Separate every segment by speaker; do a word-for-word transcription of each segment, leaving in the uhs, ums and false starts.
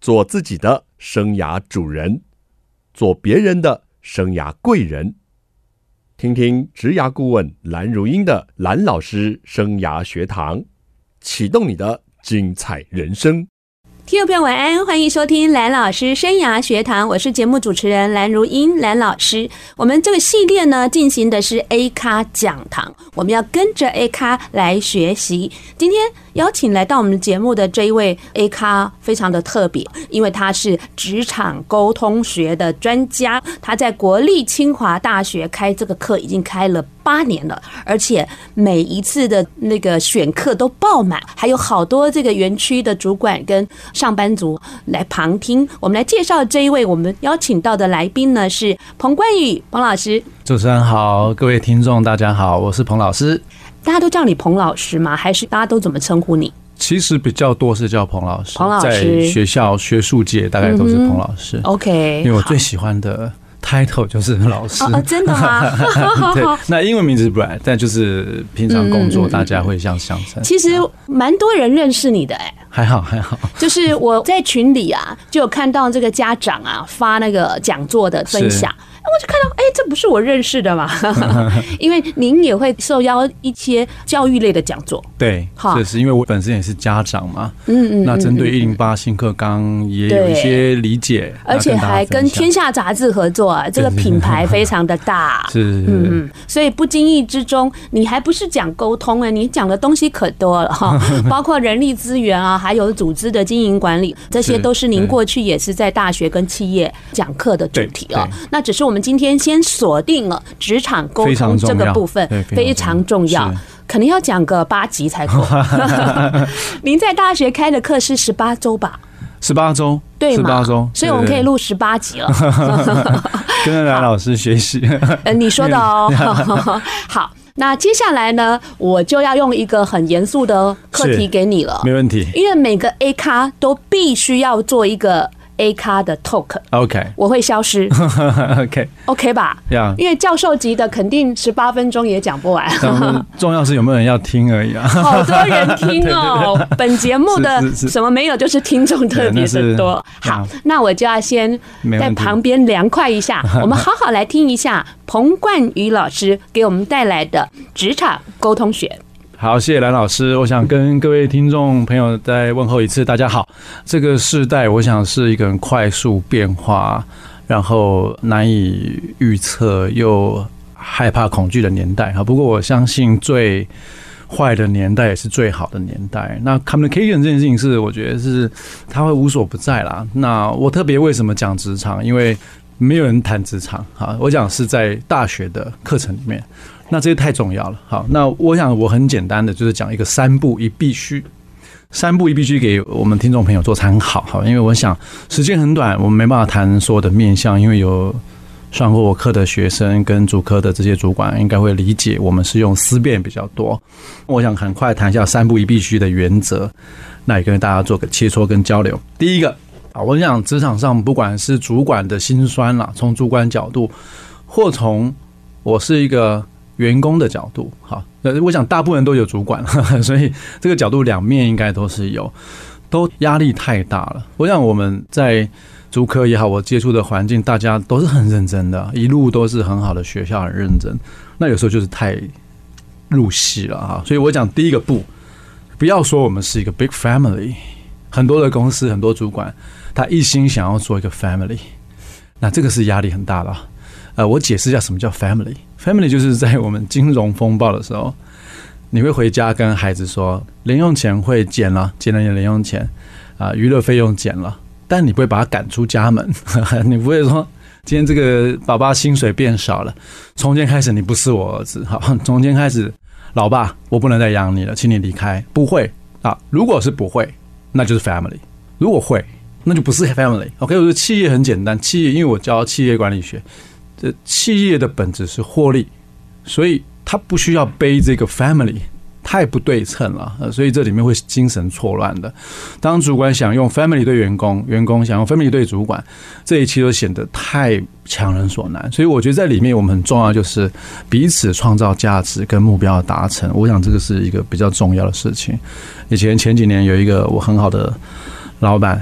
Speaker 1: 做自己的生涯主人，做别人的生涯贵人。听听职涯顾问蓝如英的蓝老师生涯学堂，启动你的精彩人生。
Speaker 2: 听众朋友晚安，欢迎收听蓝老师生涯学堂，我是节目主持人蓝如英蓝老师。我们这个系列呢进行的是 A 咖讲堂，我们要跟着 A 咖来学习。今天邀请来到我们节目的这一位 A 咖非常的特别，因为他是职场沟通学的专家，他在国立清华大学开这个课已经开了八年了，而且每一次的那个选课都爆满，还有好多这个园区的主管跟上班族来旁听。我们来介绍这一位我们邀请到的来宾呢，是彭冠宇彭老师。
Speaker 3: 主持人好，各位听众大家好，我是彭老师。
Speaker 2: 大家都叫你彭老师吗？还是大家都怎么称呼你？
Speaker 3: 其实比较多是叫彭老师，
Speaker 2: 彭老师
Speaker 3: 在学校学术界大概都是彭老师。
Speaker 2: 嗯、OK，
Speaker 3: 因为我最喜欢的 title 就是老师。
Speaker 2: 哦，真的吗？
Speaker 3: 对，那英文名字是 Brad， 但就是平常工作大家会这样相称。
Speaker 2: 其实蛮多人认识你的哎、欸。
Speaker 3: 还好还好，
Speaker 2: 就是我在群里啊，就有看到这个家长啊发那个讲座的分享，我就看到，哎、欸，这不是我认识的吗？因为您也会受邀一些教育类的讲座，
Speaker 3: 对，这是因为我本身也是家长嘛，嗯嗯，那针对一零八新课纲也有一些理解，
Speaker 2: 而且还跟天下杂志合作啊，这个品牌非常的大，
Speaker 3: 是，嗯嗯，
Speaker 2: 所以不经意之中，你还不是讲沟通哎、欸，你讲的东西可多了哈，包括人力资源啊，还有组织的经营管理，这些都是您过去也是在大学跟企业讲课的主题啊。那只是我们今天先锁定了职场沟通这个部分，非常重要，可能要讲个八集才够。您在大学开的课是十八周吧？
Speaker 3: 十八周，
Speaker 2: 对嘛？
Speaker 3: 十八周，
Speaker 2: 所以我们可以录十八集了。
Speaker 3: 跟蓝老师学习。
Speaker 2: 呃，你说的哦。好。那接下来呢，我就要用一个很严肃的课题给你了，
Speaker 3: 没问题。
Speaker 2: 因为每个 A 咖都必须要做一个 A 咖的 talk。OK， 我会消失。OK，OK、okay. 吧？
Speaker 3: Yeah.
Speaker 2: 因为教授级的肯定十八分钟也讲不完。
Speaker 3: 重要是有没有人要听而已啊。
Speaker 2: 好多人听哦，对对对，本节目的什么没有，就是听众特别的多。好，那我就要先在旁边凉快一下，我们好好来听一下彭冠宇老师给我们带来的职场沟通学。
Speaker 3: 好，谢谢蓝老师。我想跟各位听众朋友再问候一次，大家好。这个世代，我想是一个很快速变化，然后难以预测又害怕恐惧的年代。不过我相信最坏的年代也是最好的年代。那 communication 这件事情是，我觉得是它会无所不在啦。那我特别为什么讲职场？因为没有人谈职场。好，我讲是在大学的课程里面。那这些太重要了。好，那我想我很简单的就是讲一个三不一必须，三不一必须给我们听众朋友做参考。好，因为我想时间很短，我们没办法谈所有的面向，因为有上过我课的学生跟主科的这些主管应该会理解，我们是用思辨比较多。我想很快谈一下三不一必须的原则，那也跟大家做个切磋跟交流。第一个啊，我想职场上不管是主管的辛酸啦，从主管角度，或从我是一个员工的角度，好，我想大部分人都有主管，所以这个角度两面应该都是有，都压力太大了。我想我们在主科也好，我接触的环境，大家都是很认真的，一路都是很好的学校，很认真。那有时候就是太入戏了哈，所以我讲第一个不，不要说我们是一个 big family， 很多的公司，很多主管，他一心想要做一个 family， 那这个是压力很大的。呃，我解释一下什么叫 family。family 就是在我们金融风暴的时候，你会回家跟孩子说，零用钱会减了，减了你的零用钱啊，娱乐费用减了，但你不会把他赶出家门，你不会说今天这个爸爸薪水变少了，从今天开始你不是我儿子，好，从今天开始，老爸我不能再养你了，请你离开。不会啊，如果是不会，那就是 family； 如果会，那就不是 family。OK， 我说企业很简单，企业因为我教企业管理学。这企业的本质是获利，所以他不需要背这个 family， 太不对称了，所以这里面会精神错乱的。当主管想用 family 对员工，员工想用 family 对主管，这一切都显得太强人所难。所以我觉得在里面我们很重要就是彼此创造价值跟目标的达成，我想这个是一个比较重要的事情。以前前几年有一个我很好的老板，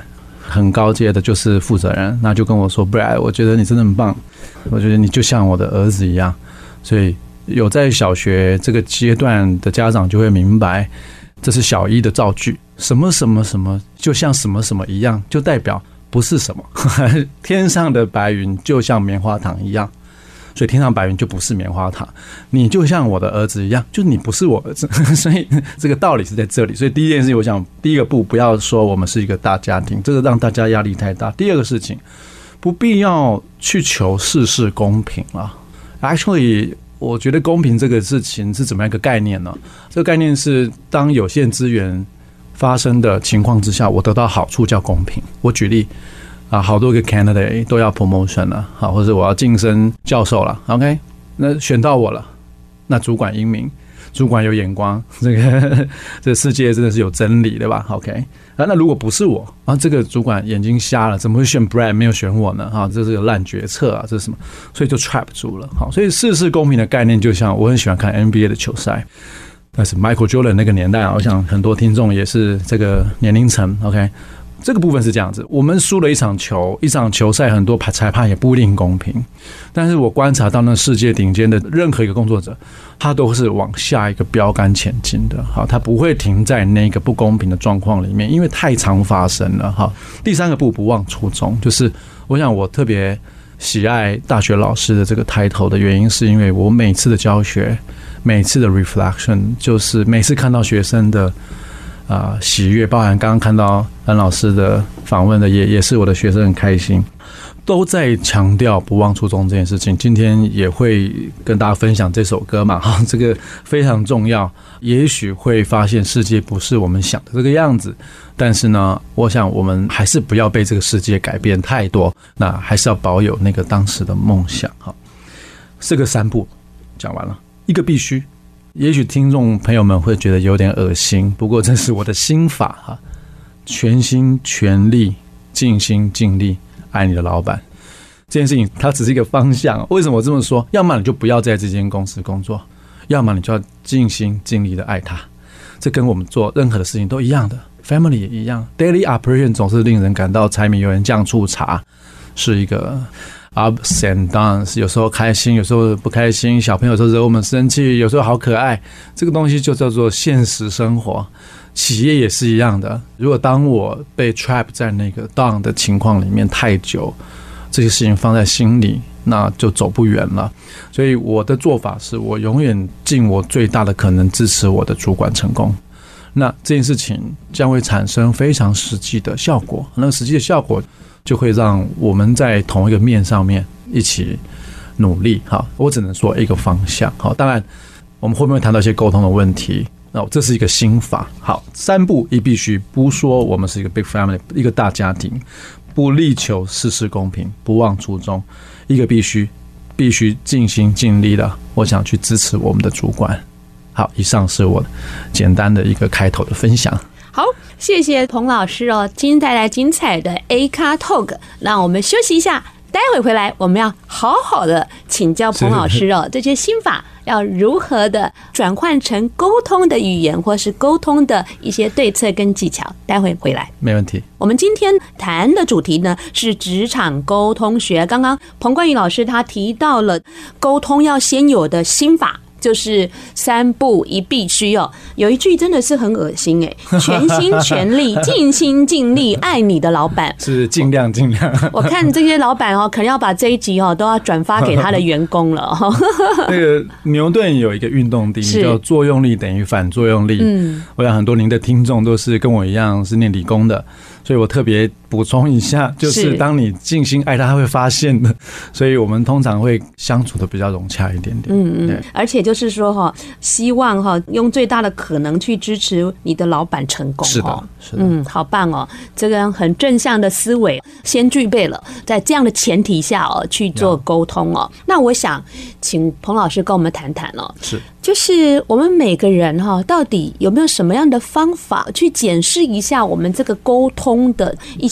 Speaker 3: 很高阶的，就是负责人，那就跟我说 Brad 我觉得你真的很棒，我觉得你就像我的儿子一样。所以有在小学这个阶段的家长就会明白，这是小一的造句，什么什么什么就像什么什么一样，就代表不是什么天上的白云就像棉花糖一样，所以天上白云就不是棉花糖，你就像我的儿子一样，就是你不是我儿子所以这个道理是在这里。所以第一件事情，我想第一个步不要说我们是一个大家庭，这个让大家压力太大。第二个事情，不必要去求事事公平了。Actually我觉得公平这个事情是怎么样一个概念呢？这个概念是当有限资源发生的情况之下，我得到好处叫公平。我举例啊，好多个 candidate 都要 promotion 了，好，或者我要晋升教授了 ，OK， 那选到我了，那主管英明，主管有眼光，这个这个世界真的是有真理，对吧 ？OK， 啊，那如果不是我啊，这个主管眼睛瞎了，怎么会选 Brad 没有选我呢？哈，这是个烂决策啊，这是什么？所以就 trap 住了。好，所以事事公平的概念，就像我很喜欢看 N B A 的球赛。但是 Michael Jordan 那个年代啊，我想很多听众也是这个年龄层 ，OK， 这个部分是这样子。我们输了一场球，一场球赛，很多裁判也不一定公平。但是我观察到那世界顶尖的任何一个工作者，他都是往下一个标杆前进的，好，他不会停在那个不公平的状况里面，因为太常发生了。好，第三个步不忘初衷，就是我想我特别喜爱大学老师的这个title的原因，是因为我每次的教学，每次的 reflection， 就是每次看到学生的啊、呃、喜悦，包含刚刚看到蓝老师的访问的，也也是我的学生很开心，都在强调不忘初衷这件事情。今天也会跟大家分享这首歌嘛，哈，这个非常重要。也许会发现世界不是我们想的这个样子，但是呢，我想我们还是不要被这个世界改变太多，那还是要保有那个当时的梦想。哈，这个三步讲完了。一个必须，也许听众朋友们会觉得有点恶心，不过这是我的心法哈，全心全力尽心尽力爱你的老板。这件事情它只是一个方向，为什么我这么说？要么你就不要在这间公司工作，要么你就要尽心尽力的爱他。这跟我们做任何的事情都一样的， family 也一样。 daily operation 总是令人感到柴米油盐酱醋茶，是一个ups and downs， 有时候开心，有时候不开心，小朋友有时候惹我们生气，有时候好可爱，这个东西就叫做现实生活。企业也是一样的，如果当我被 trap 在那个 down 的情况里面太久，这些事情放在心里，那就走不远了。所以我的做法是，我永远尽我最大的可能支持我的主管成功。那这件事情将会产生非常实际的效果，那个实际的效果就会让我们在同一个面上面一起努力。好，我只能说一个方向。好，当然我们会不会谈到一些沟通的问题？那这是一个心法。好，三步一必须，不说我们是一个 big family， 一个大家庭，不力求事事公平，不忘初衷。一个必须，必须尽心尽力的，我想去支持我们的主管。好，以上是我简单的一个开头的分享。
Speaker 2: 好，谢谢彭老师哦，今天带来精彩的 A 咖 Talk， 让我们休息一下，待会回来我们要好好的请教彭老师哦，这些心法要如何的转换成沟通的语言，或是沟通的一些对策跟技巧，待会回来。
Speaker 3: 没问题。
Speaker 2: 我们今天谈的主题呢是职场沟通学，刚刚彭冠宇老师他提到了沟通要先有的心法，就是三不一必须哦。有一句真的是很恶心哎，全心全力、尽心尽力爱你的老板，
Speaker 3: 是尽量尽量。
Speaker 2: 我看这些老板哦，可能要把这一集哦都要转发给他的员工了。
Speaker 3: 那个牛顿有一个运动定义叫作用力等于反作用力。嗯，我想很多您的听众都是跟我一样是念理工的，所以我特别补充一下，就是当你尽心爱他，他会发现的。所以我们通常会相处的比较融洽一点点。
Speaker 2: 嗯嗯，而且就是说哈，希望哈用最大的可能去支持你的老板成功。
Speaker 3: 是的，是的。
Speaker 2: 嗯，好棒哦，这个很正向的思维先具备了，在这样的前提下哦去做沟通哦。那我想请彭老师跟我们谈谈哦，
Speaker 3: 是。
Speaker 2: 就是我们每个人哈，到底有没有什么样的方法去检视一下我们这个沟通的一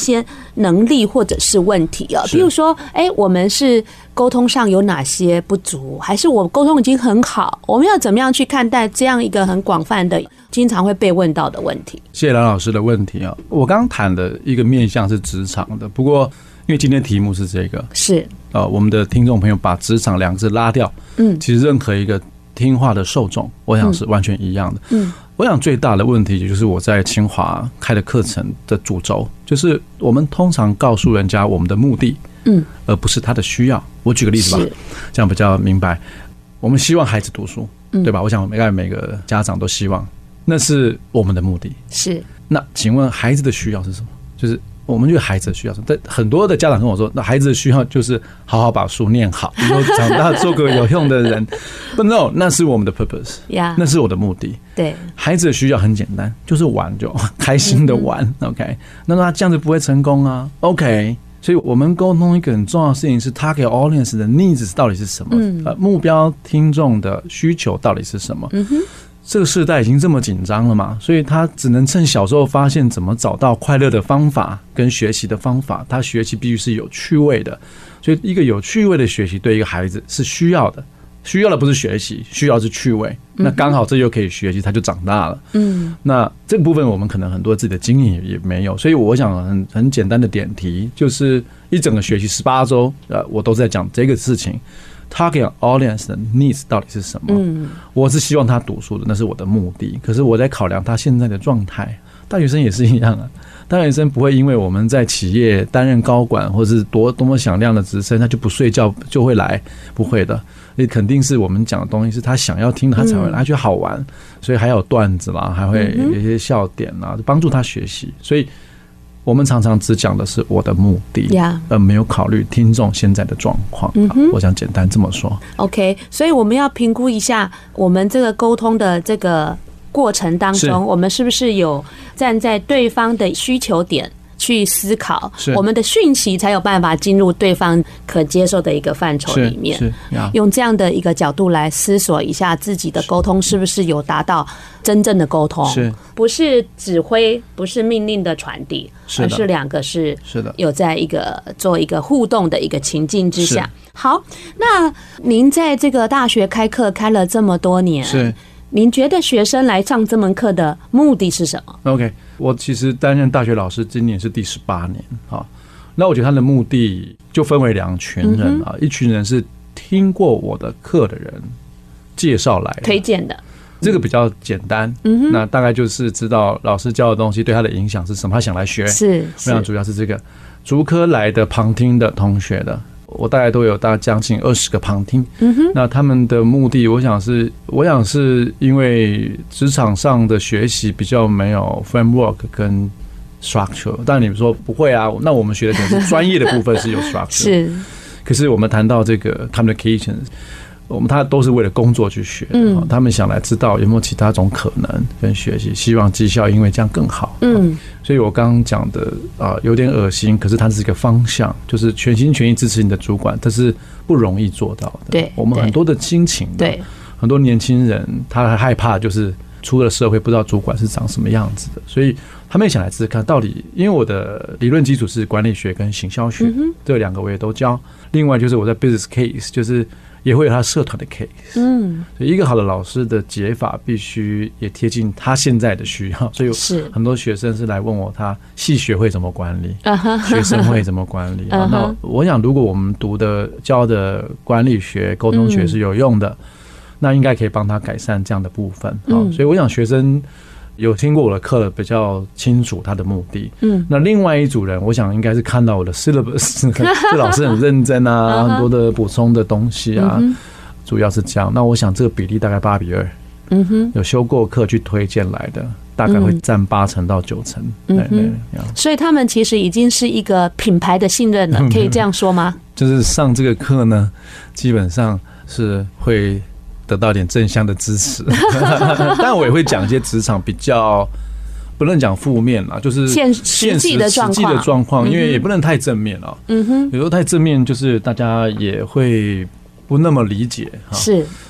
Speaker 2: 些能力或者是问题啊？比如说，哎，我们是沟通上有哪些不足，还是我沟通已经很好？我们要怎么样去看待这样一个很广泛的、经常会被问到的问题？
Speaker 3: 谢谢蓝老师的问题啊！我刚刚谈的一个面向是职场的，不过因为今天题目是这个，
Speaker 2: 是
Speaker 3: 呃，我们的听众朋友把职场两个字拉掉，嗯，其实任何一个听话的受众，我想是完全一样的，嗯。我想最大的问题就是我在清华开的课程的主轴，就是我们通常告诉人家我们的目的，嗯，而不是他的需要。我举个例子吧，这样比较明白。我们希望孩子读书，对吧？我想每个每个家长都希望，那是我们的目的。
Speaker 2: 是。
Speaker 3: 那请问孩子的需要是什么？就是我们觉得孩子的需要什么？但很多的家长跟我说，那孩子的需要就是好好把书念好，以后长大做个有用的人。But no， 那是我们的 purpose， yeah， 那是我的目的。
Speaker 2: 对，
Speaker 3: 孩子的需要很简单，就是玩，就开心的玩。嗯、OK， 那他这样子不会成功啊。OK， 所以我们沟通一个很重要的事情是 target audience 的 needs 到底是什么？嗯、呃，目标听众的需求到底是什么？嗯哼。这个时代已经这么紧张了嘛，所以他只能趁小时候发现怎么找到快乐的方法跟学习的方法。他学习必须是有趣味的，所以一个有趣味的学习对一个孩子是需要的。需要的不是学习，需要的是趣味。那刚好这又可以学习，他就长大了。嗯，那这个部分我们可能很多自己的经验也没有，所以我想很很简单的点题，就是一整个学习十八周，呃，我都在讲这个事情。Target audience 的 needs 到底是什么？嗯，我是希望他读书的，那是我的目的。可是我在考量他现在的状态，大学生也是一样啊。大学生不会因为我们在企业担任高管，或是多多么响亮的职称，他就不睡觉就会来，不会的。也肯定是我们讲的东西是他想要听的，他才会来，他觉得好玩，所以还有段子啦，还会有一些笑点啦，帮助他学习。所以我们常常只讲的是我的目的， yeah. 而没有考虑听众现在的状况。嗯、我想简单这么说。
Speaker 2: OK， 所以我们要评估一下我们这个沟通的这个过程当中，我们是不是有站在对方的需求点去思考，我们的讯息才有办法进入对方可接受的一个范畴里面。用这样的一个角度来思索一下自己的沟通是不是有达到真正的沟通，不是指挥，不是命令的传递，而是两个是有在一个做一个互动的一个情境之下。好，那您在这个大学开课开了这么多年，是您觉得学生来上这门课的目的是什么
Speaker 3: ？OK， 我其实担任大学老师，今年是第十八年啊。那我觉得他的目的就分为两群人啊，一群人是听过我的课的人介绍来的
Speaker 2: 推荐的，
Speaker 3: 这个比较简单。嗯，那大概就是知道老师教的东西对他的影响是什么，他想来学。是，我想主要是这个竹科来的旁听的同学的。我大概都有大概将近二十个旁听，嗯哼，那他们的目的，我想是，我想是因为职场上的学习比较没有 framework 跟 structure， 但你们说不会啊，那我们学的可能是专业的部分是有 structure， 是，可是我们谈到这个 communication。我们他都是为了工作去学的，嗯，他们想来知道有没有其他种可能跟学习，希望绩效因为这样更好，嗯，所以我刚刚讲的啊、呃、有点恶心，可是它是一个方向，就是全心全意支持你的主管，这是不容易做到的。对，我们很多的亲情，对，很多年轻人他还害怕，就是出了社会不知道主管是长什么样子的，所以他们也想来试试看到底，因为我的理论基础是管理学跟行销学，嗯、这两个我也都教，另外就是我在 business case 就是也会有他社团的 case， 嗯，所以一个好的老师的解法必须也贴近他现在的需要，所以很多学生是来问我他系学会怎么管理，学生会怎么管理。那我想，如果我们读的教的管理学、沟通学是有用的，那应该可以帮他改善这样的部分。嗯，所以我想学生有听过我的课比较清楚他的目的。嗯，那另外一组人，我想应该是看到我的 syllabus， 这老师很认真啊，很多的补充的东西啊，主要是这样。那我想这个比例大概八比二。嗯哼，有修过课去推荐来的，大概会占八成到九成。嗯哼，
Speaker 2: 所以他们其实已经是一个品牌的信任了，可以这样说吗？
Speaker 3: 就是上这个课呢，基本上是会得到一点正向的支持，但我也会讲一些职场比较不能讲负面啦，就是
Speaker 2: 现实际的状况，
Speaker 3: 实际的状况，因为也不能太正面了。嗯哼，有时候太正面，就是大家也会不那么理解。是，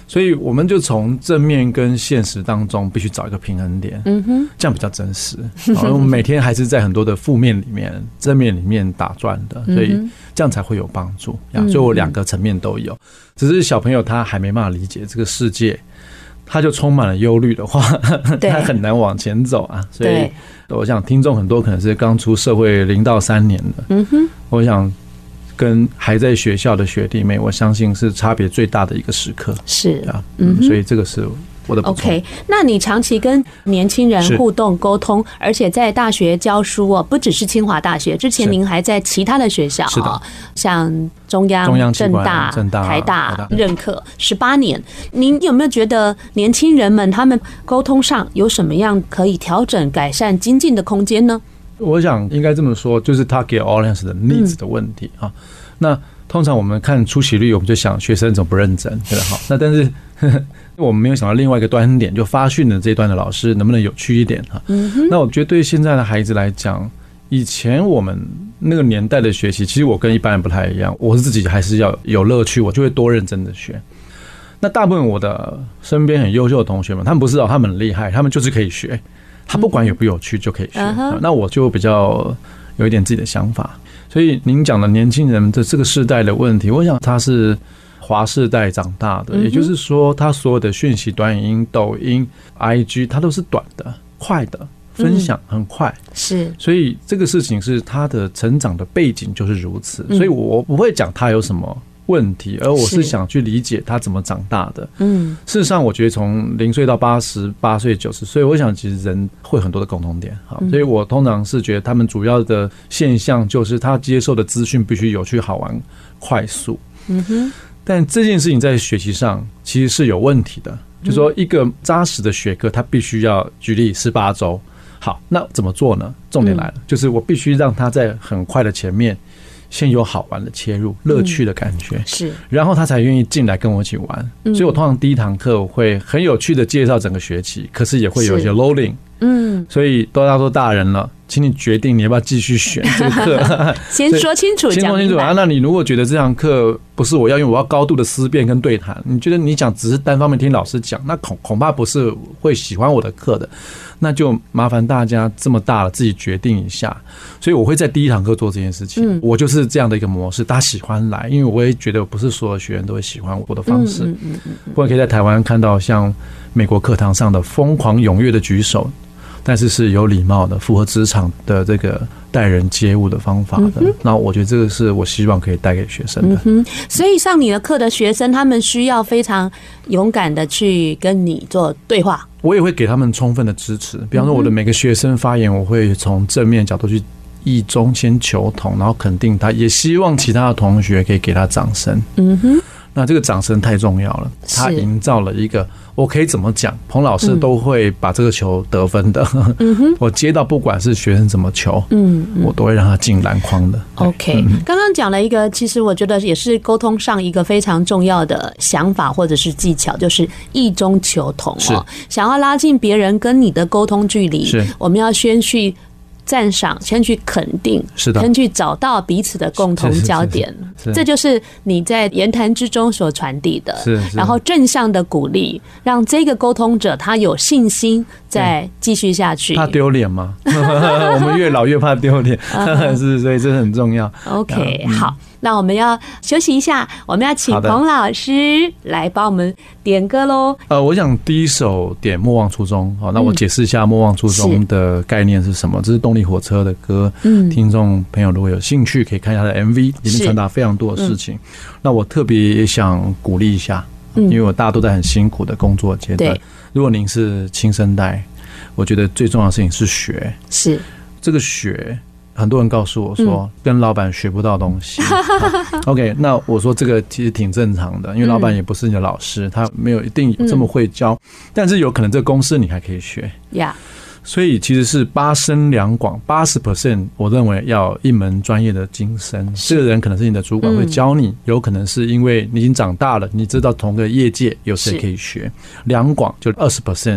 Speaker 3: 所以我们就从正面跟现实当中必须找一个平衡点，嗯哼，这样比较真实。我们每天还是在很多的负面里面、正面里面打转的，所以这样才会有帮助。所以我两个层面都有，只是小朋友他还没办法理解这个世界，他就充满了忧虑的话，他很难往前走啊。所以我想听众很多可能是刚出社会零到三年的，嗯哼，我想。跟还在学校的学弟妹，我相信是差别最大的一个时刻。是啊，嗯，所以这个是我的补充。
Speaker 2: OK， 那你长期跟年轻人互动沟通，而且在大学教书哦，不只是清华大学，之前您还在其他的学校，是的，像中央、
Speaker 3: 中央、
Speaker 2: 政大、
Speaker 3: 政大、
Speaker 2: 台大任课十八年。您有没有觉得年轻人们他们沟通上有什么样可以调整、改善、精进的空间呢？
Speaker 3: 我想应该这么说，就是 target audience 的 needs 的问题啊。那通常我们看出席率，我们就想学生怎么不认真，对吧？好，那但是呵呵我们没有想到另外一个端点，就发训的这一端的老师能不能有趣一点哈？那我觉得对现在的孩子来讲，以前我们那个年代的学习，其实我跟一般人不太一样，我是自己还是要有乐趣，我就会多认真的学。那大部分我的身边很优秀的同学们，他们不是哦，他们很厉害，他们就是可以学。他不管有不有趣就可以学，那我就比较有一点自己的想法。所以您讲的年轻人的这个世代的问题，我想他是华世代长大的，也就是说他所有的讯息、短影音、抖音、I G， 它都是短的、快的，分享很快，是。所以这个事情是他的成长的背景就是如此，所以我不会讲他有什么问题，而我是想去理解他怎么长大的。嗯，事实上，我觉得从零岁到八十八岁、九十岁，我想其实人会很多的共同点。好，所以我通常是觉得他们主要的现象就是他接受的资讯必须有趣、好玩、快速。嗯哼，但这件事情在学习上其实是有问题的，就是说一个扎实的学科，它必须要举例十八周。好，那怎么做呢？重点来了，就是我必须让他在很快的前面。先有好玩的切入，乐趣的感觉，嗯、是，然后他才愿意进来跟我一起玩。嗯、所以我通常第一堂课我会很有趣的介绍整个学期，可是也会有一些 loading。嗯，所以都要说大人了，请你决定你要不要继续选这个课。
Speaker 2: 先说清楚，
Speaker 3: 先说清楚啊。那你如果觉得这堂课不是我要用，我要高度的思辨跟对谈，你觉得你讲只是单方面听老师讲，那恐恐怕不是会喜欢我的课的。那就麻烦大家这么大了自己决定一下。所以我会在第一堂课做这件事情，嗯、我就是这样的一个模式，大家喜欢来，因为我也觉得不是所有学员都会喜欢我的方式。嗯嗯嗯嗯、不然可以在台湾看到像美国课堂上的疯狂踊跃的举手。但是是有礼貌的，符合职场的这个待人接物的方法的。嗯、那我觉得这个是我希望可以带给学生的。
Speaker 2: 嗯、所以上你的课的学生，他们需要非常勇敢的去跟你做对话。
Speaker 3: 我也会给他们充分的支持。比方说，我的每个学生发言，我会从正面角度去意中先求同，然后肯定他，也希望其他的同学可以给他掌声。嗯哼。那这个掌声太重要了，他营造了一个我可以怎么讲，彭老师都会把这个球得分的。嗯、我接到不管是学生怎么球，嗯，我都会让他进篮筐的。
Speaker 2: OK，嗯、刚刚讲了一个，其实我觉得也是沟通上一个非常重要的想法或者是技巧，就是意中求同哦。想要拉近别人跟你的沟通距离，是我们要先去。赞赏，先去肯定，是的，先去找到彼此的共同焦点，是是是是，这就是你在言谈之中所传递的。是是，然后正向的鼓励，让这个沟通者他有信心再继续下去。
Speaker 3: 怕丢脸吗？我们越老越怕丢脸，是，所以这很重要。
Speaker 2: OK， 好。那我们要休息一下，我们要请彭老师来帮我们点歌喽。
Speaker 3: 呃，我想第一首点《莫忘初衷》。好，那我解释一下《莫忘初衷》的概念是什么。这是动力火车的歌，嗯，听众朋友如果有兴趣，可以看一下它的 M V， 里面传达非常多的事情。那我特别也想鼓励一下，因为我大家都在很辛苦的工作阶段。如果您是新生代，我觉得最重要的事情是学，是这个学。很多人告诉我说，跟老板学不到东西。嗯、OK， 那我说这个其实挺正常的，因为老板也不是你的老师，他没有一定这么会教，嗯、但是有可能这个公司你还可以学。Yeah. 所以其实是八深两广，八十 percent 我认为要一门专业的精深。这个人可能是你的主管会教你，嗯、有可能是因为你已经长大了，你知道同个业界有谁可以学。两广就二十 percent。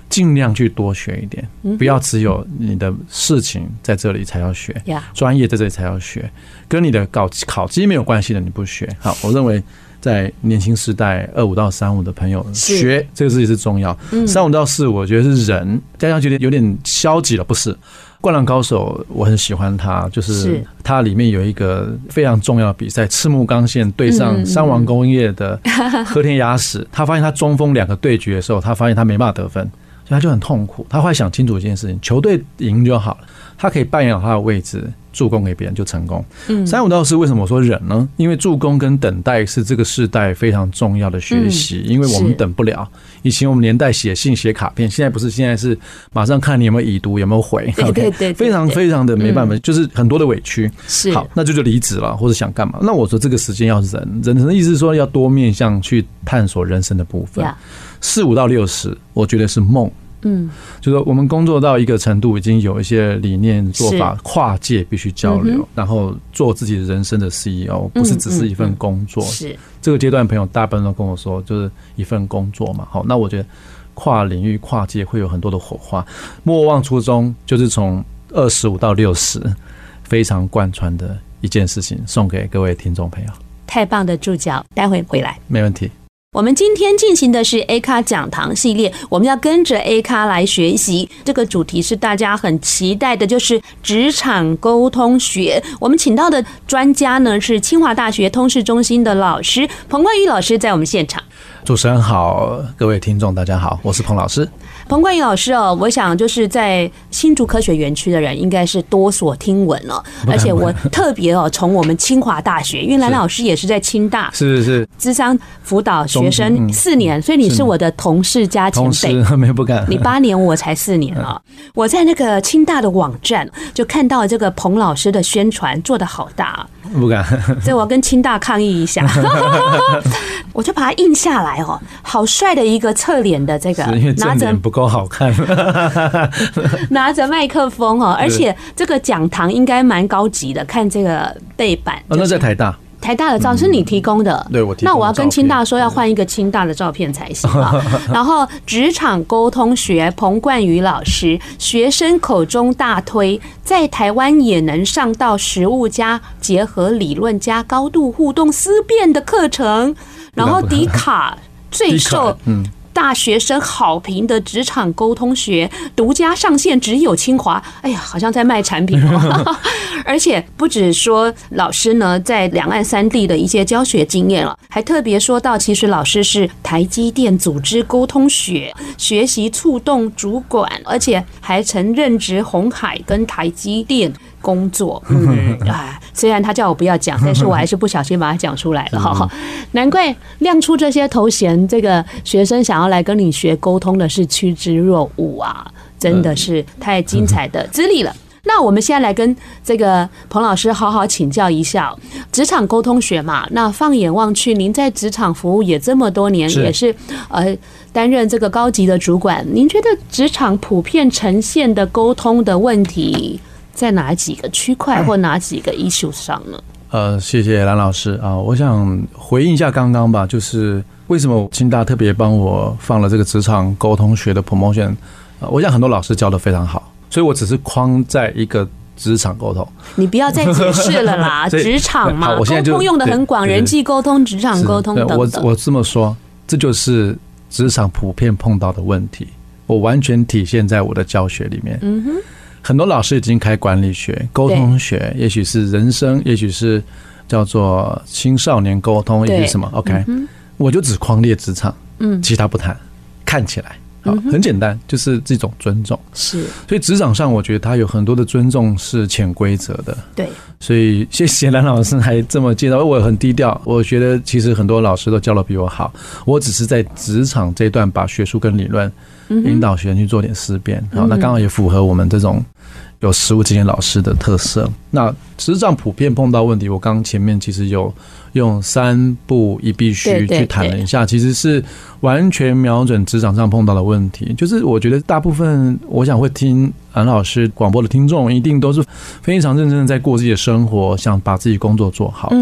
Speaker 3: 尽量去多学一点，不要只有你的事情在这里才要学，专业在这里才要学，跟你的考考绩没有关系的你不学。好，我认为在年轻时代二五到三五的朋友学这个事情是重要，三五到四我觉得是人，大家觉得有点消极了，不是。灌篮高手我很喜欢他，就是它里面有一个非常重要的比赛，赤木刚宪对上山王工业的和田雅史，他发现他中锋两个对决的时候，他发现他没办法得分，所以他就很痛苦。他后来想清楚一件事情，球队赢就好了，他可以扮演好他的位置，助攻给别人就成功。三五到四为什么我说忍呢？因为助攻跟等待是这个世代非常重要的学习，因为我们等不了。以前我们年代写信写卡片，现在不是，现在是马上看你有没有已读有没有回，
Speaker 2: 对对对，
Speaker 3: 非常非常的没办法，就是很多的委屈。好，那就就离职了，或者想干嘛？那我说这个时间要忍，忍的意思是说要多面向去探索人生的部分。四五到六十，我觉得是梦。嗯，就是我们工作到一个程度，已经有一些理念做法，跨界必须交流，嗯、然后做自己人生的 C E O， 不是只是一份工作。是、嗯嗯嗯、这个阶段，朋友大部分都跟我说，就是一份工作嘛。好，那我觉得跨领域、跨界会有很多的火花。莫忘初衷，就是从二十五到六十，非常贯穿的一件事情，送给各位听众朋友。
Speaker 2: 太棒的注脚，待会回来。
Speaker 3: 没问题。
Speaker 2: 我们今天进行的是 A 咖讲堂系列，我们要跟着 A 咖来学习。这个主题是大家很期待的，就是职场沟通学。我们请到的专家呢是清华大学通识中心的老师彭冠宇老师，在我们现场。
Speaker 3: 主持人好，各位听众大家好，我是彭老师。
Speaker 2: 彭冠宇老师哦，我想就是在新竹科学园区的人应该是多所听闻哦，而且我特别哦从我们清华大学，因为蓝老师也是在清大，
Speaker 3: 是是是，
Speaker 2: 諮商辅导学生四年，所以你是我的同事加前辈，
Speaker 3: 同事不敢，
Speaker 2: 你八年我才四年啊。我在那个清大的网站就看到这个彭老师的宣传做得好大，
Speaker 3: 不敢，
Speaker 2: 所以我要跟清大抗议一下，我就把它印下来哦，好帅的一个侧脸的这个，
Speaker 3: 因为正脸不够好看，
Speaker 2: 拿着麦克风哦，而且这个讲堂应该蛮高级的，看这个背板，
Speaker 3: 哦，那在台大。
Speaker 2: 台大的照是你提供的，
Speaker 3: 嗯、对我提供的。
Speaker 2: 那我要跟清大说要换一个清大的照片才行啊。然后职场沟通学，彭冠宇老师，学生口中大推，在台湾也能上到实务加结合理论加高度互动思辨的课程。然后迪卡最受大学生好评的职场沟通学，独家上线只有清华。哎呀，好像在卖产品哦。而且不只说老师呢在两岸三地的一些教学经验了，还特别说到，其实老师是台积电组织沟通学学习触动主管，而且还曾任职鸿海跟台积电工作。嗯，啊，虽然他叫我不要讲，但是我还是不小心把它讲出来了哈。难怪亮出这些头衔，这个学生想要来跟你学沟通的是趋之若鹜啊，真的是太精彩的资历了。那我们现在来跟这个彭老师好好请教一下职场沟通学嘛。那放眼望去，您在职场服务也这么多年，也是呃担任这个高级的主管，您觉得职场普遍呈现的沟通的问题在哪几个区块或哪几个 issue 上呢？
Speaker 3: 呃，谢谢蓝老师啊，我想回应一下刚刚吧，就是为什么清大特别帮我放了这个职场沟通学的 promotion，呃、我想很多老师教得非常好，所以我只是框在一个职场沟通，
Speaker 2: 你不要再解释了啦。职场嘛，沟通用得很广，人际沟通、职场沟通等等。
Speaker 3: 我我这么说，这就是职场普遍碰到的问题，我完全体现在我的教学里面。嗯哼。很多老师已经开管理学、沟通学，也许是人生，也许是叫做青少年沟通，也许是什么 ？OK，、嗯、我就只框列职场，嗯，其他不谈。看起来好，很简单，就是这种尊重。是，所以职场上，我觉得他有很多的尊重是潜规则的。对，所以谢谢蓝老师还这么介绍，我很低调。我觉得其实很多老师都教得比我好，我只是在职场这一段把学术跟理论引导学生去做点思辨。好，那刚好也符合我们这种有实务经验老师的特色。那职场普遍碰到问题，我刚刚前面其实有用三不一必须去谈了一下，其实是完全瞄准职场上碰到的问题。就是我觉得大部分我想会听蓝老师广播的听众，一定都是非常认真的在过自己的生活，想把自己工作做好。嗯，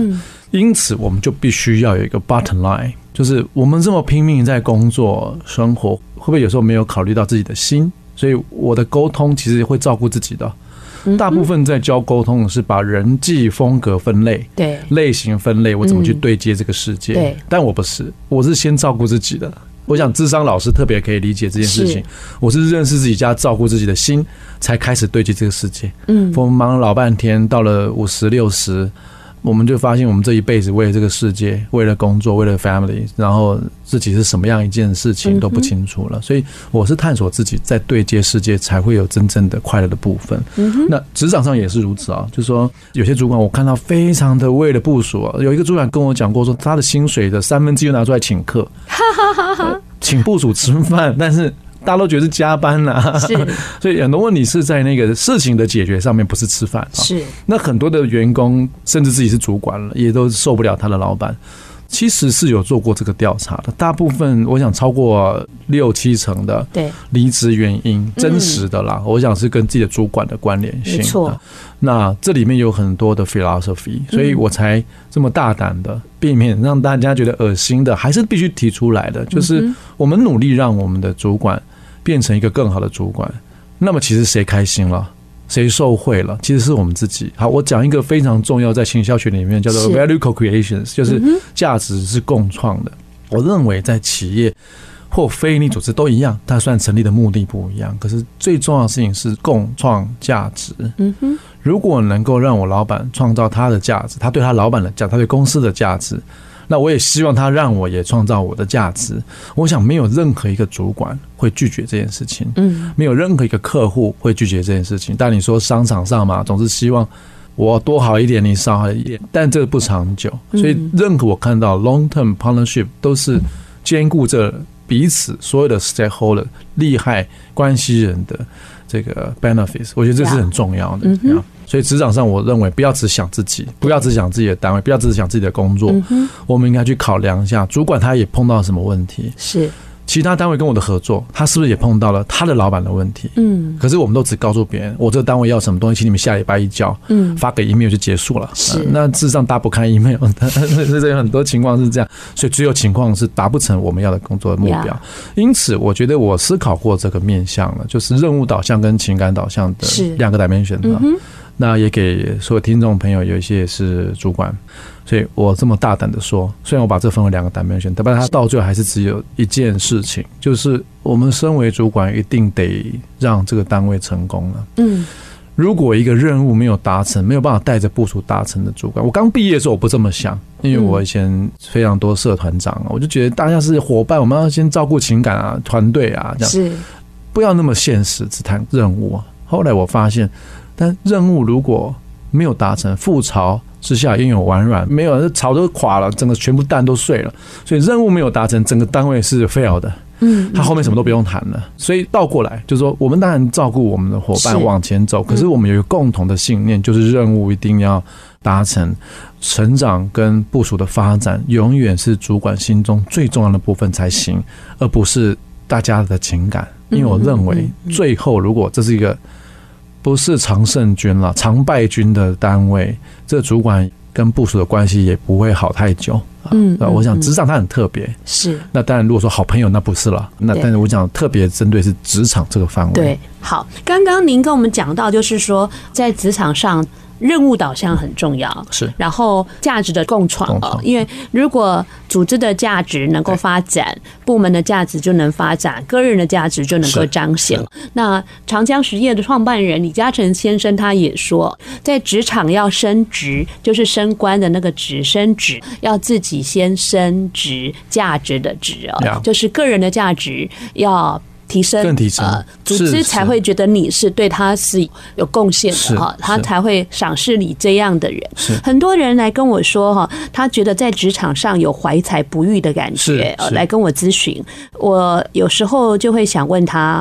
Speaker 3: 因此我们就必须要有一个 bottom line， 就是我们这么拼命在工作生活，会不会有时候没有考虑到自己的心？所以我的沟通其实会照顾自己的。大部分在教沟通的是把人际风格分类，对，类型分类，我怎么去对接这个世界？对，但我不是，我是先照顾自己的。我想諮商老师特别可以理解这件事情。我是认识自己家，照顾自己的心，才开始对接这个世界。嗯，我们忙了老半天，到了五十六十。我们就发现我们这一辈子为了这个世界，为了工作，为了 family， 然后自己是什么样一件事情都不清楚了。所以我是探索自己，在对接世界才会有真正的快乐的部分。那职场上也是如此啊，就是说有些主管我看到非常的为了部属啊，有一个主管跟我讲过说，他的薪水的三分之一拿出来请客，请部属吃饭，但是大家都觉得是加班啦、啊，所以很多问题是在那个事情的解决上面，不是吃饭、啊。是，那很多的员工甚至自己是主管了，也都受不了他的老板。其实是有做过这个调查的，大部分我想超过六七成的离职原因，真实的啦，我想是跟自己的主管的关联性。没错，那这里面有很多的 philosophy， 所以我才这么大胆的避免让大家觉得恶心的，还是必须提出来的，就是我们努力让我们的主管变成一个更好的主管，那么其实谁开心了？谁受惠了？其实是我们自己。好，我讲一个非常重要，在行销学里面叫做 value co-creation， 就是价值是共创的。我认为在企业或非营利组织都一样，它虽然成立的目的不一样，可是最重要的事情是共创价值。嗯哼，如果能够让我老板创造他的价值，他对他老板的价值，他对公司的价值，那我也希望他让我也创造我的价值。我想没有任何一个主管会拒绝这件事情，嗯，没有任何一个客户会拒绝这件事情。但你说商场上嘛，总是希望我多好一点，你少好一点，但这个不长久。所以任何我看到 long term partnership 都是兼顾着彼此所有的 stakeholder 利害关系人的这个 benefits， 我觉得这是很重要的。Yeah. 所以职场上我认为不要只想自己，不要只想自己的单位，不要只想自己的工作，我们应该去考量一下主管他也碰到什么问题，是其他单位跟我的合作，他是不是也碰到了他的老板的问题？嗯，可是我们都只告诉别人，我这个单位要什么东西，请你们下礼拜一交，嗯，发给 email 就结束了。是，那事实上大家不看 email， 这有很多情况是这样，所以只有情况是达不成我们要的工作的目标。因此，我觉得我思考过这个面向了，就是任务导向跟情感导向的两个 dimension。嗯，那也给所有听众朋友，有一些也是主管。所以我这么大胆的说，虽然我把这分为两个 dimension， 但它到最后还是只有一件事情，就是我们身为主管一定得让这个单位成功了。嗯，如果一个任务没有达成，没有办法带着部属达成的主管，我刚毕业的时候我不这么想，因为我以前非常多社团长，我就觉得大家是伙伴，我们要先照顾情感啊，团队啊，这样是不要那么现实，只谈任务啊。后来我发现，但任务如果没有达成，覆巢之下焉有完卵，没有巢都垮了，整个全部蛋都碎了，所以任务没有达成，整个单位是 fail 的。嗯，他后面什么都不用谈了。所以倒过来就是说，我们当然照顾我们的伙伴往前走，可是我们有一个共同的信念，就是任务一定要达成，成长跟部属的发展永远是主管心中最重要的部分才行，而不是大家的情感。因为我认为最后如果这是一个不是常胜军了，常败军的单位，这主管跟部属的关系也不会好太久。嗯，我想职场它很特别，是。那当然，如果说好朋友那不是了，那但是我讲特别针对是职场这个范围。对，
Speaker 2: 好，刚刚您跟我们讲到，就是说在职场上，任务导向很重要，是。然后价值的共创啊，因为如果组织的价值能够发展，部门的价值就能发展，个人的价值就能够彰显。那长江实业的创办人李嘉诚先生他也说，在职场要升职，就是升官的那个职，升职要自己先升职，价值的值啊，就是个人的价值要提升，
Speaker 3: 更提升，呃，
Speaker 2: 组织才会觉得你是对他是有贡献的哈，他才会赏识你这样的人。很多人来跟我说哈，他觉得在职场上有怀才不遇的感觉，来跟我咨询。我有时候就会想问他，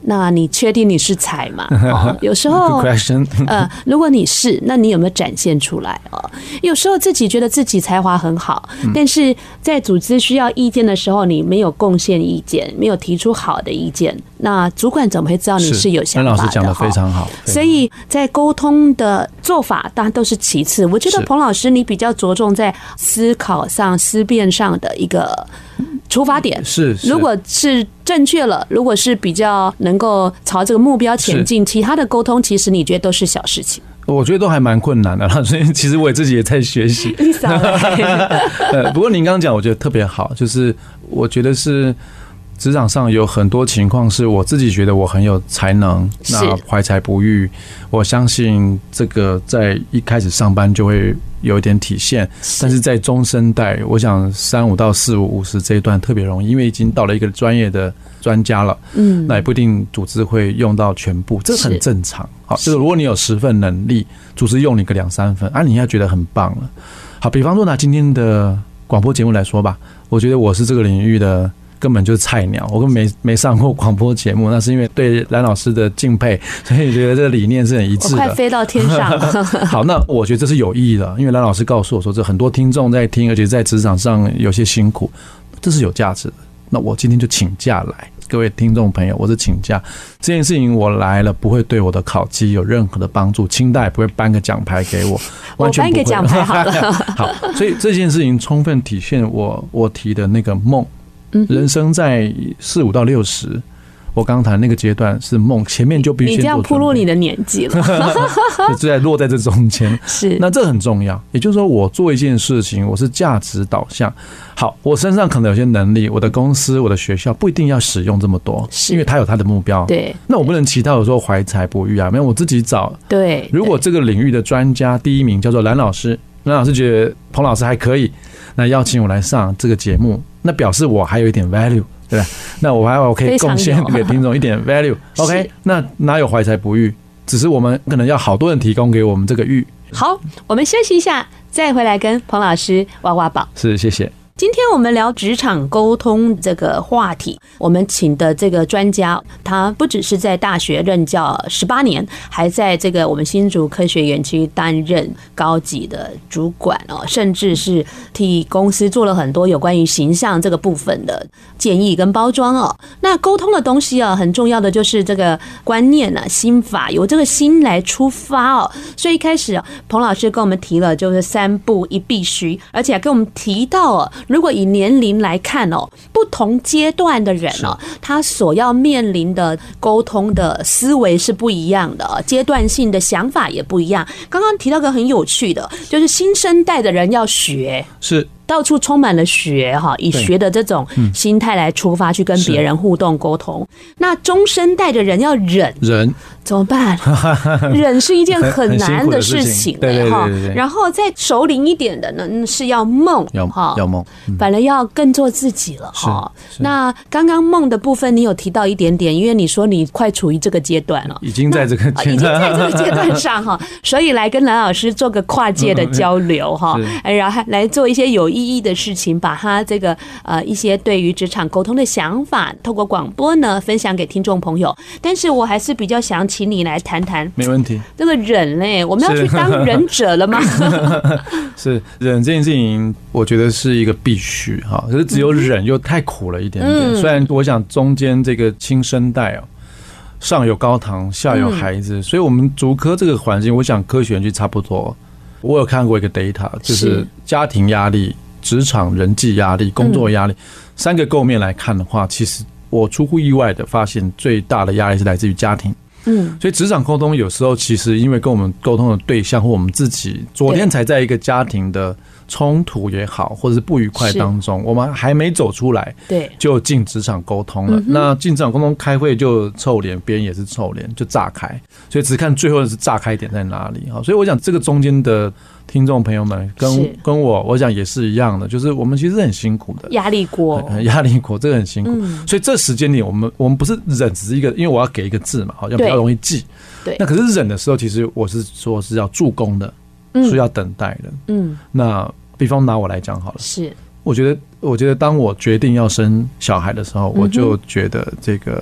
Speaker 2: 那你确定你是才吗？哦、有时候
Speaker 3: Good question
Speaker 2: 呃，如果你是，那你有没有展现出来哦？有时候自己觉得自己才华很好，但是在组织需要意见的时候，你没有贡献意见，没有提出好的意见，那主管怎么会知道你是有想法的？
Speaker 3: 陈老师讲得非常好。
Speaker 2: 所以在沟通的做法当然都是其次，我觉得彭老师你比较着重在思考上、思辨上的一个出发点。
Speaker 3: 是，
Speaker 2: 如果是正确了，如果是比较能够朝这个目标前进，其他的沟通其实你觉得都是小事情。
Speaker 3: 我觉得都还蛮困难的啦，所以其实我自己也在学习。
Speaker 2: 你少来。
Speaker 3: 呃，不过您刚刚讲，我觉得特别好，就是我觉得是职场上有很多情况是我自己觉得我很有才能，那怀才不遇，我相信这个在一开始上班就会有一点体现，但是在中生代，我想三五到四五五十这一段特别容易，因为已经到了一个专业的专家了，嗯，那也不一定组织会用到全部，这很正常。好，就是如果你有十份能力，组织用你个两三份，啊，你要觉得很棒了。好，比方说拿今天的广播节目来说吧，我觉得我是这个领域的根本就是菜鸟，我根本没没上过广播节目，那是因为对蓝老师的敬佩，所以觉得这个理念是很一致的。
Speaker 2: 我快飞到天上了。
Speaker 3: 好，那我觉得这是有意义的，因为蓝老师告诉我说，这很多听众在听，而且在职场上有些辛苦，这是有价值的。那我今天就请假来，各位听众朋友，我是请假，这件事情我来了不会对我的考绩有任何的帮助，清大也不会颁个奖牌给我，完全不会。
Speaker 2: 我颁个奖牌好了。
Speaker 3: 好，所以这件事情充分体现我我提的那个梦。人生在四五到六十，我刚谈那个阶段是梦，前面就必须先做准备。你这样暴露你的年纪了，就在落在这中间。是，那这很重要。也就是说，我做一件事情，我是价值导向。好，我身上可能有些能力，我的公司、我的学校不一定要使用这么多，因为他有他的目标。对，那我不能其他有时候怀才不遇啊，没有我自己找。对，如果这个领域的专家第一名叫做蓝老师，蓝老师觉得彭老师还可以，那邀请我来上这个节目。那表示我还有一点 value， 对吧？那我还我可以贡献给听众一点 value。OK， 那哪有怀才不遇？只是我们可能要好多人提供给我们这个遇。
Speaker 2: 好，我们休息一下，再回来跟彭老师挖挖宝。
Speaker 3: 是，谢谢。
Speaker 2: 今天我们聊职场沟通这个话题，我们请的这个专家，他不只是在大学任教十八年，还在这个我们新竹科学园区担任高级的主管哦，甚至是替公司做了很多有关于形象这个部分的建议跟包装哦。那沟通的东西啊，很重要的就是这个观念啊、心法，由这个心来出发哦。所以一开始彭老师跟我们提了，就是三不一必须，而且还跟我们提到哦。如果以年龄来看哦，不同阶段的人哦，他所要面临的沟通的思维是不一样的，阶段性的想法也不一样。刚刚提到个很有趣的，就是新生代的人要学，是到处充满了学哈，以学的这种心态来出发去跟别人互动沟通。那中生代的人要忍，忍怎么办？忍是一件很难的事情哈。然后再熟龄一点的呢，是要梦，要要梦，反而要更做自己了哈。那刚刚梦的部分，你有提到一点点，因为你说你快处于这个阶段了，
Speaker 3: 已经在这个阶段，
Speaker 2: 已经在这个阶段上哈，所以来跟蓝老师做个跨界的交流哈，然后来做一些有意义的事情，把他这个呃一些对于职场沟通的想法，透过广播呢分享给听众朋友。但是我还是比较想请你来谈谈，没问题。这个忍嘞，我们要去当忍者了吗？
Speaker 3: 是忍这件事情，我觉得是一个必须哈。可是只有忍又太苦了一点点。嗯、虽然我想中间这个新生代哦，上有高堂，下有孩子，嗯、所以我们竹科这个环境，我想科学园区差不多。我有看过一个 data， 就是家庭压力、职场人际压力、工作压力、嗯、三个构面来看的话，其实我出乎意外的发现，最大的压力是来自于家庭。嗯，所以职场沟通有时候其实因为跟我们沟通的对象或我们自己，昨天才在一个家庭的冲突也好，或者是不愉快当中，我们还没走出来，对，就进职场沟通了。嗯、那进职场沟通开会就臭脸，别人也是臭脸，就炸开。所以只看最后是炸开点在哪里。所以我想这个中间的听众朋友们跟跟我，我想也是一样的，就是我们其实很辛苦的，压力锅，压力锅，这个很辛苦。嗯、所以这时间点，我们我们不是忍，只是一个，因为我要给一个字嘛，好像比较容易记。对，那可是忍的时候，其实我是说是要助攻的。是要等待的。嗯，那比方拿我来讲好了，是我觉得，我觉得当我决定要生小孩的时候，我就觉得这个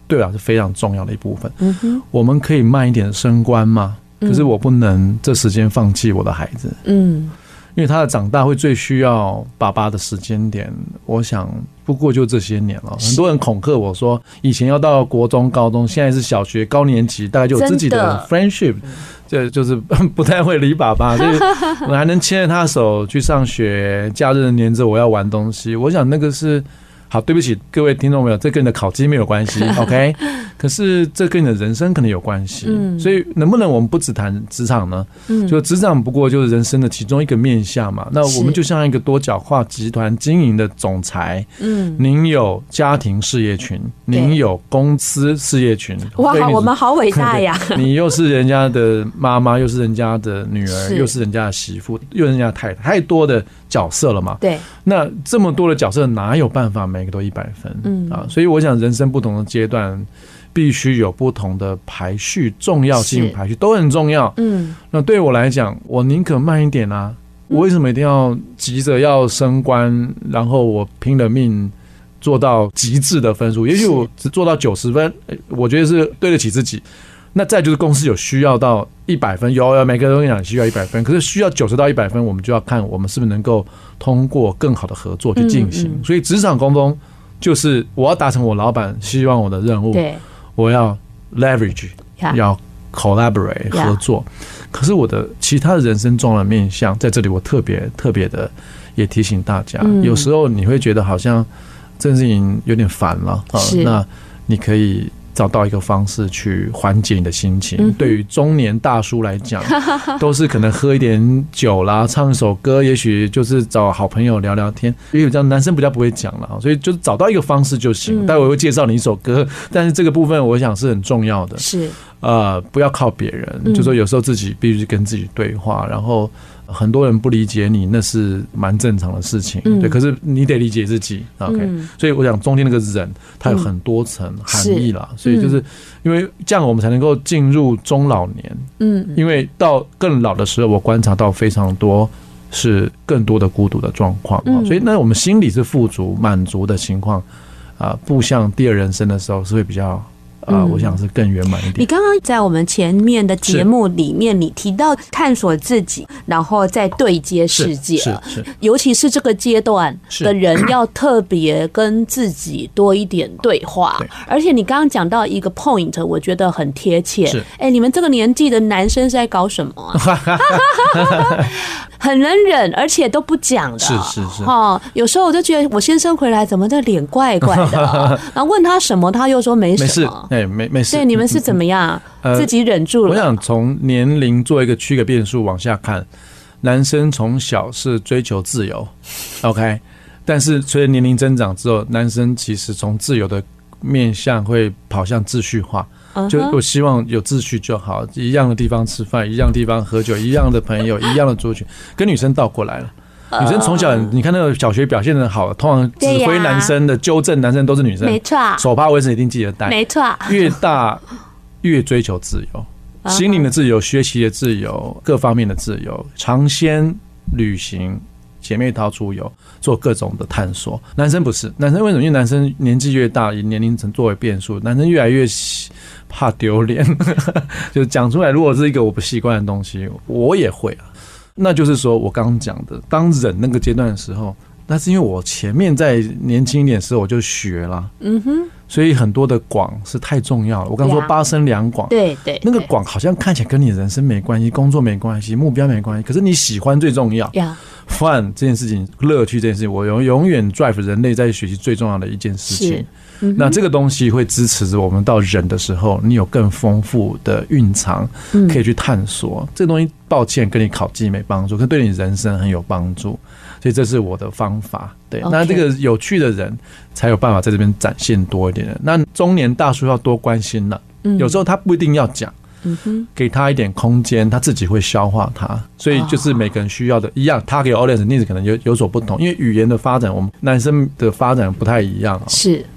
Speaker 3: 对我来说是非常重要的一部分。
Speaker 2: 嗯哼，
Speaker 3: 我们可以慢一点升官嘛，可是我不能这时间放弃我的孩子。嗯。因为他的长大会最需要爸爸的时间点，我想不过就这些年了。很多人恐吓我说，以前要到国中、高中，现在是小学高年级，大概就有自己的 friendship， 这就是不太会理爸爸，所以我还能牵着他手去上学，假日黏着我要玩东西。我想那个是好，对不起各位听众朋友，这跟你的考绩没有关系 ，OK？ 可是这跟你的人生可能有关系，嗯、所以能不能我们不只谈职场呢？嗯、就职场不过就是人生的其中一个面向嘛。那我们就像一个多角化集团经营的总裁，嗯，您有家庭事业群，您有公司事业群，
Speaker 2: 哇，我们好伟大呀！
Speaker 3: 你又是人家的妈妈，又是人家的女儿，又是人家的媳妇，又是人家的太太，太多的角色了嘛。对，那这么多的角色，哪有办法每个都一百分？嗯啊，所以我想人生不同的阶段，必须有不同的排序，重要性排序都很重要。嗯，那对我来讲，我宁可慢一点啊。我为什么一定要急着要升官，然后我拼了命做到极致的分数？也许我只做到九十分，我觉得是对得起自己。那再就是公司有需要到一百分，有有每个人都讲需要一百分，可是需要九十到一百分，我们就要看我们是不是能够通过更好的合作去进行。嗯嗯，所以职场沟通就是我要达成我老板希望我的任务，对，我要 leverage， 要 collaborate 合作。可是我的其他的人生重要的面向，在这里我特别特别的也提醒大家，嗯、有时候你会觉得好像这件事情有点烦了啊，那你可以找到一个方式去缓解你的心情。嗯、对于中年大叔来讲，都是可能喝一点酒啦，唱一首歌，也许就是找好朋友聊聊天。因为这样男生比较不会讲了，所以就是找到一个方式就行。嗯、待会我会介绍你一首歌，但是这个部分我想是很重要的。是呃，不要靠别人，嗯、就说有时候自己必须跟自己对话，然后。很多人不理解你，那是蛮正常的事情，嗯、对。可是你得理解自己 ，OK、嗯。所以我想中间那个忍，它有很多层含义啦。所以就是因为这样，我们才能够进入中老年。嗯，因为到更老的时候，我观察到非常多是更多的孤独的状况。嗯、所以那我们心里是富足、满足的情况啊，步向第二人生的时候是会比较。啊、呃，我想是更圆满一点。
Speaker 2: 你刚刚在我们前面的节目里面，你提到探索自己，然后再对接世界，是 是, 是，尤其是这个阶段的人要特别跟自己多一点对话。对，而且你刚刚讲到一个 point， 我觉得很贴切。是，哎、欸，你们这个年纪的男生是在搞什么啊？很能忍，而且都不讲的。是是是。哦，有时候我就觉得我先生回来怎么这脸怪怪的，然后问他什么，他又说没什么。
Speaker 3: 哎，没没事。
Speaker 2: 对，你们是怎么样？呃、自己忍住了。
Speaker 3: 我想从年龄做一个区隔变数往下看，男生从小是追求自由 ，OK， 但是随着年龄增长之后，男生其实从自由的面向会跑向秩序化。就我希望有秩序就好，一样的地方吃饭，一样的地方喝酒，一样的朋友，一样的族群，跟女生倒过来了。女生从小，你看那个小学表现得好，通常指挥男生的、纠正男生都是女生，没错。手帕卫生一定记得带，没错。越大越追求自由，心灵的自由、学习的自由、各方面的自由，尝鲜、旅行、姐妹淘出游，做各种的探索。男生不是，男生为什么？因为男生年纪越大，以年龄层作为变数，男生越来越怕丢脸，就讲出来。如果是一个我不习惯的东西，我也会啊。那就是说我刚刚讲的，当忍那个阶段的时候，那是因为我前面在年轻一点的时候我就学了，嗯哼，所以很多的广是太重要了。我刚刚说八生两广，对对，那个广好像看起来跟你人生没关系，工作没关系，目标没关系，可是你喜欢最重要。fun 这件事情，乐趣这件事情，我永永远 drive 人类在学习最重要的一件事情。嗯、那这个东西会支持着我们到忍的时候，你有更丰富的蕴藏，可以去探索。嗯、这个东西，抱歉，跟你考绩没帮助，可对你人生很有帮助。所以这是我的方法。对， okay. 那这个有趣的人才有办法在这边展现多一点的。那中年大叔要多关心了，嗯、有时候他不一定要讲。嗯哼，给他一点空间，他自己会消化它。所以就是每个人需要的一样，他给 audience needs 可能有有所不同，因为语言的发展，我们男生的发展不太一样。是，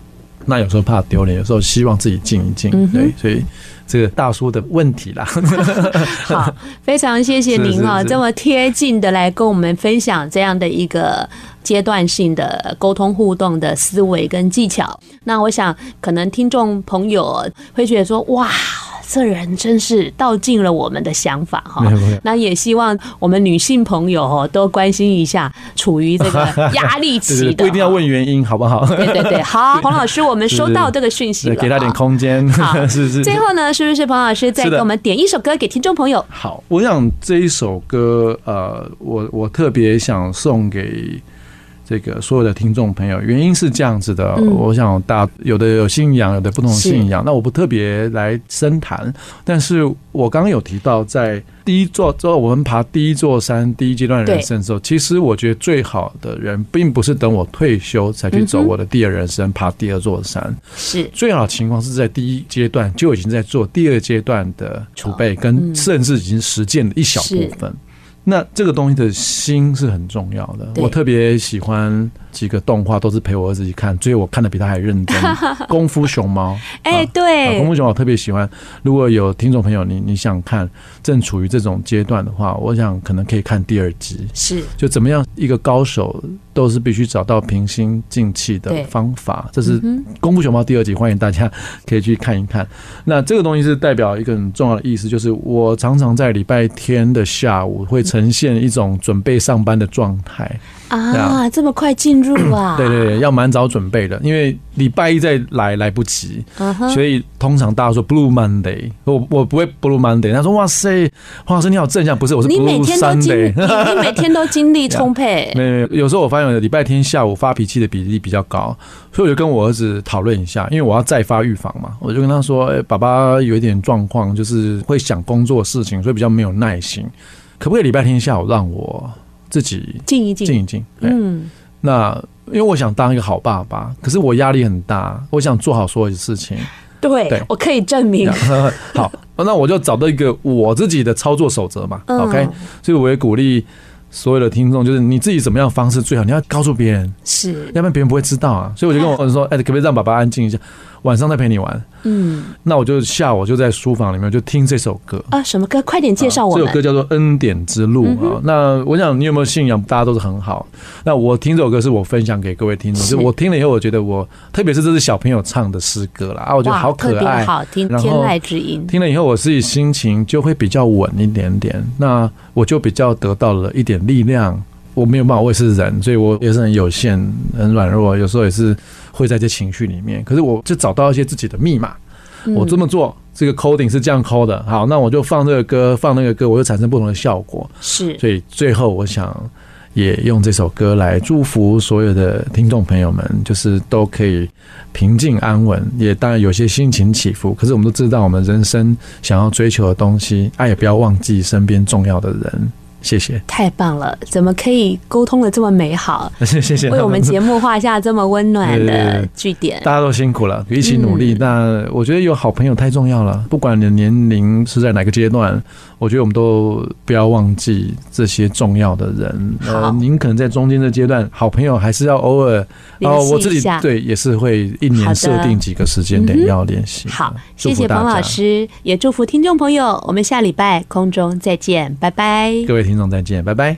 Speaker 3: 那有时候怕丢脸，有时候希望自己静一静，嗯、对，所以这个大叔的问题啦。
Speaker 2: 好，非常谢谢您哈，这么贴近的来跟我们分享这样的一个阶段性的沟通互动的思维跟技巧。那我想，可能听众朋友会觉得说，哇，这人真是道尽了我们的想法哈。那也希望我们女性朋友哦多关心一下处于这个压力期的，
Speaker 3: 对对对，不一定要问原因，好不好？
Speaker 2: 对对对，好，彭老师，我们收到这个讯息了，
Speaker 3: 给他点空间。
Speaker 2: 好，
Speaker 3: 是是。
Speaker 2: 最后呢，是不是彭老师再给我们点一首歌给听众朋友？
Speaker 3: 好，我想这一首歌，呃，我我特别想送给这个所有的听众朋友，原因是这样子的，嗯、我想大家有的有信仰，有的不同的信仰，那我不特别来深谈，但是我刚刚有提到，在第一座之后，我们爬第一座山，第一阶段人生的时候，其实我觉得最好的人，并不是等我退休才去走我的第二人生，嗯、爬第二座山，
Speaker 2: 是
Speaker 3: 最好的情况是在第一阶段就已经在做第二阶段的储备，跟甚至已经实践的一小部分。那这个东西的心是很重要的。我特别喜欢几个动画，都是陪我儿子一起看，所以我看的比他还认真。功夫熊猫，
Speaker 2: 哎、欸，对，
Speaker 3: 啊，功夫熊猫我特别喜欢。如果有听众朋友你你想看，正处于这种阶段的话，我想可能可以看第二集。
Speaker 2: 是，
Speaker 3: 就怎么样一个高手都是必须找到平心静气的方法，这是功夫熊猫第二集，欢迎大家可以去看一看。那这个东西是代表一个很重要的意思，就是我常常在礼拜天的下午会呈现一种准备上班的状态
Speaker 2: 啊，这么快进入啊？
Speaker 3: 对对对，要蛮早准备的，因为礼拜一再来来不及， uh-huh. 所以通常大家说 Blue Monday， 我我不会 Blue Monday， 他说哇塞，黄老师你好正向，不是，我是 Blue Sunday，
Speaker 2: 你, 你每天都精力充沛。
Speaker 3: 没有，有时候我发现礼拜天下午发脾气的比例比较高，所以我就跟我儿子讨论一下，因为我要再发预防嘛，我就跟他说，欸，爸爸有一点状况，就是会想工作的事情，所以比较没有耐心。可不可以礼拜天下午让我自己
Speaker 2: 静一静，
Speaker 3: 静一静？嗯，那因为我想当一个好爸爸，可是我压力很大，我想做好所有的事情。
Speaker 2: 对，对我可以证明。
Speaker 3: 好，那我就找到一个我自己的操作守则嘛。嗯、OK， 所以我也鼓励所有的听众，就是你自己怎么样的方式最好，你要告诉别人，
Speaker 2: 是，要
Speaker 3: 不然别人不会知道啊。所以我就跟我儿子说，哎，可不可以让爸爸安静一下？晚上再陪你玩。嗯，那我就下午就在书房里面就听这首歌
Speaker 2: 啊，什么歌？快点介绍我们。
Speaker 3: 这首歌叫做《恩典之路》啊。嗯、那我想你有没有信仰？大家都是很好。那我听这首歌是我分享给各位听众，就是我听了以后，我觉得我，特别是这是小朋友唱的诗歌啦啊，我觉得好可爱，特别
Speaker 2: 好听，天籁之音。
Speaker 3: 听了以后，我自己心情就会比较稳一点点，那我就比较得到了一点力量。我没有办法，我也是人，所以我也是很有限、很软弱，有时候也是会在这情绪里面。可是我就找到一些自己的密码，嗯、我这么做，这个 coding 是这样 code 的，好，那我就放这个歌，放那个歌，我就产生不同的效果。
Speaker 2: 是，
Speaker 3: 所以最后我想也用这首歌来祝福所有的听众朋友们，就是都可以平静安稳，也当然有些心情起伏，可是我们都知道，我们人生想要追求的东西，啊，也不要忘记身边重要的人。谢谢，
Speaker 2: 太棒了！怎么可以沟通的这么美好？
Speaker 3: 谢谢，
Speaker 2: 为我们节目画下这么温暖的句点。
Speaker 3: 大家都辛苦了，一起努力。那、嗯、我觉得有好朋友太重要了，不管你的年龄是在哪个阶段，我觉得我们都不要忘记这些重要的人。呃，您可能在中间的阶段，好朋友还是要偶尔哦，我自己对也是会一年设定几个时间点要练习、嗯。
Speaker 2: 好，谢谢彭老师，也祝福听众朋友，我们下礼拜空中再见，拜拜，
Speaker 3: 各位听众再见，拜拜。